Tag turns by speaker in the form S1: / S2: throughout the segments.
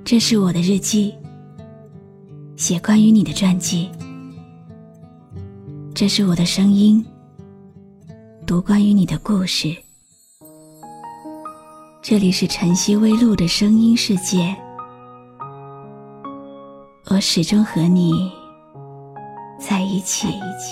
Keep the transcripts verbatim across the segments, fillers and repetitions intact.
S1: 这是我的日记，写关于你的传记。这是我的声音，读关于你的故事。这里是晨曦微露的声音世界，我始终和你在一起。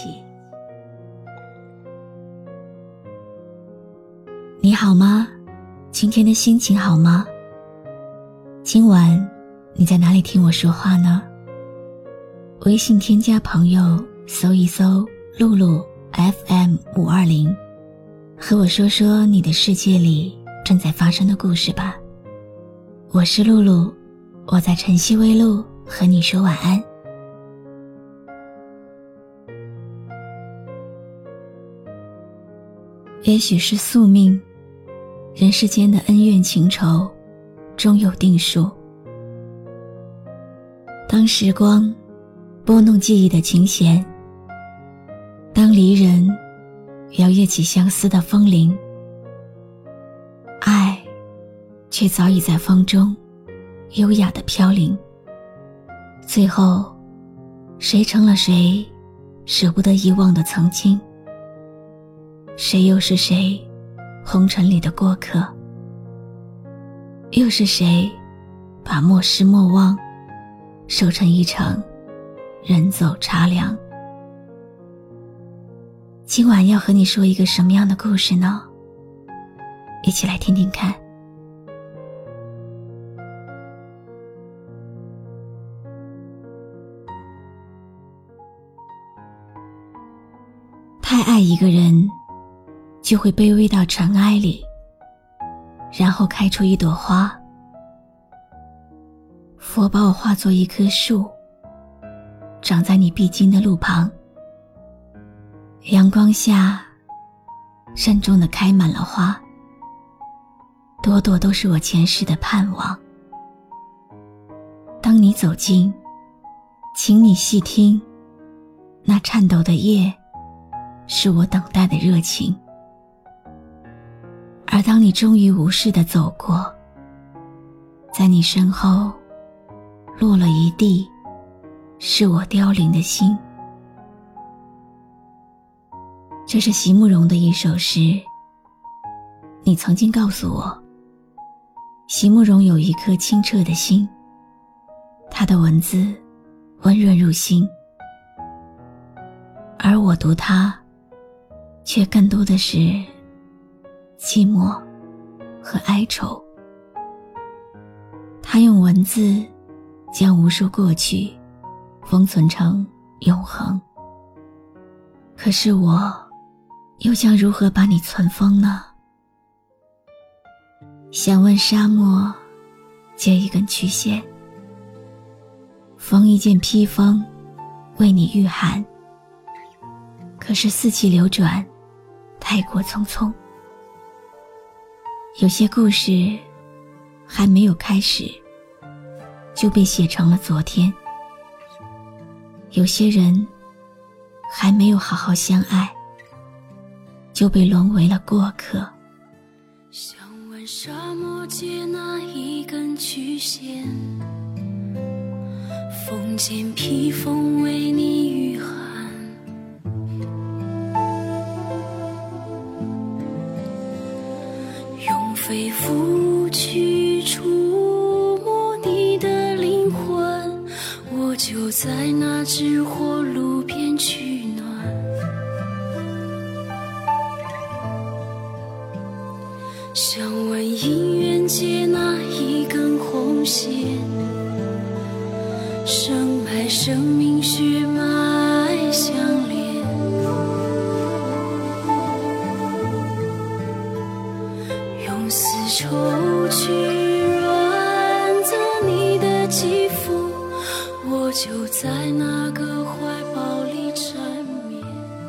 S1: 你好吗？今天的心情好吗？今晚你在哪里听我说话呢？微信添加朋友，搜一搜露露 F M 五二零，和我说说你的世界里正在发生的故事吧。我是露露，我在晨曦微露和你说晚安。也许是宿命，人世间的恩怨情仇终有定数。当时光拨弄记忆的琴弦，当离人摇曳起相思的风铃，爱却早已在风中优雅地飘零。最后谁成了谁舍不得遗忘的曾经，谁又是谁红尘里的过客，又是谁把莫失莫忘守成一场人走茶凉。今晚要和你说一个什么样的故事呢？一起来听听看。太爱一个人，就会卑微到尘埃里，然后开出一朵花。佛把我化作一棵树，长在你必经的路旁，阳光下慎重地开满了花，朵朵都是我前世的盼望。当你走近，请你细听，那颤抖的叶是我等待的热情。而当你终于无视地走过，在你身后落了一地是我凋零的心。这是席慕容的一首诗。你曾经告诉我，席慕容有一颗清澈的心，他的文字温润入心，而我读它却更多的是寂寞和哀愁。他用文字将无数过去封存成永恒，可是我又将如何把你存封呢？想问沙漠借一根曲线，缝一件披风为你御寒，可是四季流转太过匆匆。有些故事还没有开始就被写成了昨天，有些人还没有好好相爱就被沦为了过客。
S2: 想问沙漠借那一根曲线，缝件披风为你御寒，用肺腑去触摸你的灵魂，我就在那只火炉边取暖。想问姻缘借那一根红线，生脉生命血脉相连，用丝绸去润泽你的肌肤，我就在那个怀抱里缠绵。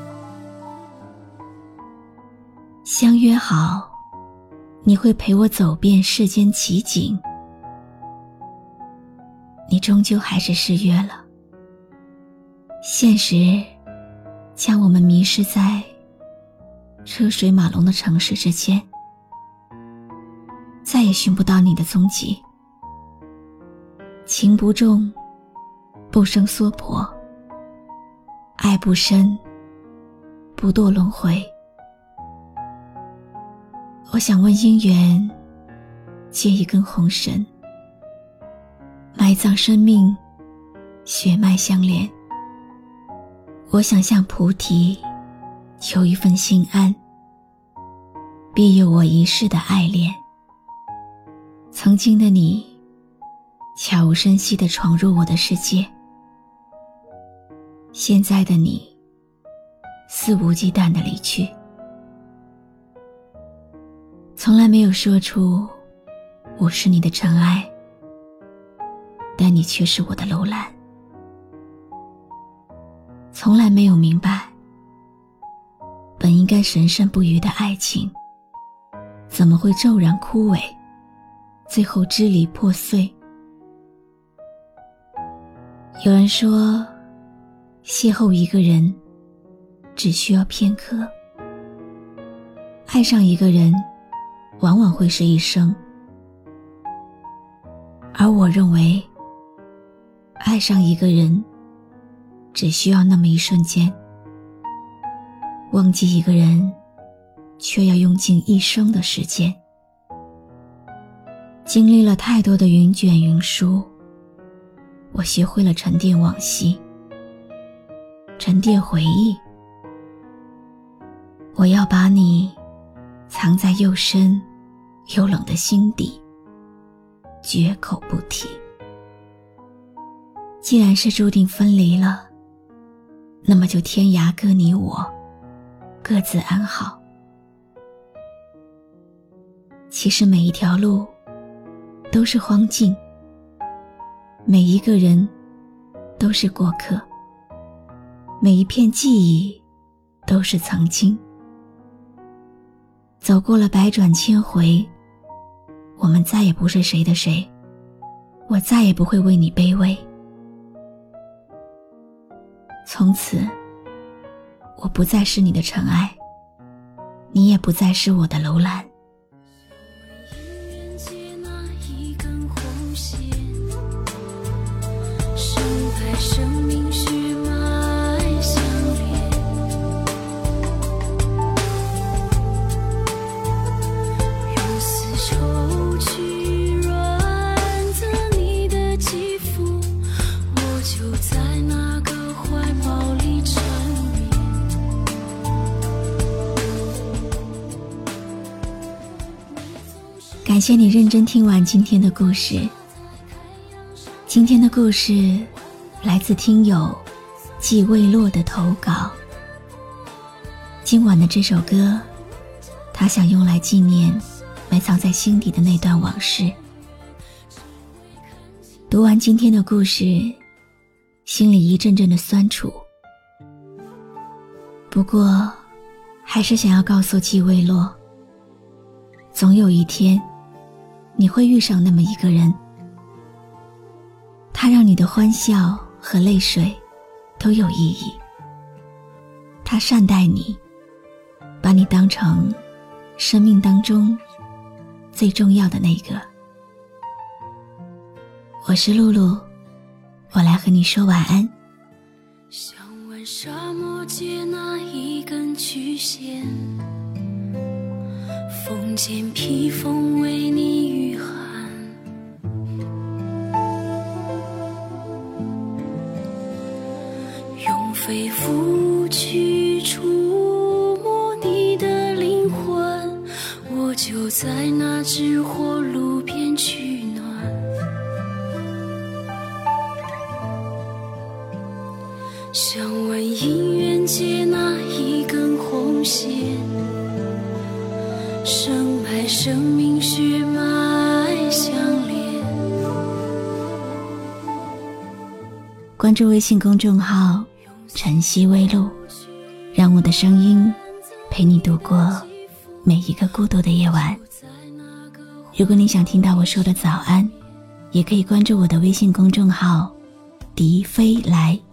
S1: 相约好你会陪我走遍世间奇景，你终究还是失约了。现实将我们迷失在车水马龙的城市之间，再也寻不到你的踪迹。 情不重，不生娑婆；爱不深，不堕轮回。我想问姻缘，借一根红绳，埋葬生命，血脉相连。我想向菩提求一份心安，庇佑我一世的爱恋。曾经的你悄无声息地闯入我的世界，现在的你肆无忌惮地离去。从来没有说出我是你的尘埃，但你却是我的楼兰。从来没有明白，本应该神圣不渝的爱情，怎么会骤然枯萎，最后支离破碎。有人说，邂逅一个人只需要片刻，爱上一个人往往会是一生。而我认为，爱上一个人只需要那么一瞬间，忘记一个人却要用尽一生的时间。经历了太多的云卷云舒，我学会了沉淀往昔，沉淀回忆。我要把你藏在又深又冷的心底，绝口不提。既然是注定分离了，那么就天涯各你我，各自安好。其实每一条路都是荒径，每一个人都是过客，每一片记忆都是曾经。走过了百转千回，我们再也不是谁的谁，我再也不会为你卑微。从此，我不再是你的尘埃，你也不再是我的楼兰。
S2: 生命血脉相连，用丝绸去软泽你的肌肤，我就在那个怀抱里缠绵。
S1: 感谢你认真听完今天的故事。今天的故事来自听友季未落的投稿。今晚的这首歌，他想用来纪念埋藏在心底的那段往事。读完今天的故事，心里一阵阵的酸楚。不过，还是想要告诉季未落，总有一天，你会遇上那么一个人，他让你的欢笑和泪水都有意义。他善待你，把你当成生命当中最重要的那个。我是露露，我来和你说晚安。
S2: 想问沙漠借那一根曲线，风间披风为你御寒，肺腑去触摸你的灵魂，我就在那只火炉边取暖。想问姻缘借那一根红线，生脉生命血脉相连。
S1: 关注微信公众号晨曦微露，让我的声音陪你度过每一个孤独的夜晚。如果你想听到我说的早安，也可以关注我的微信公众号迪飞来。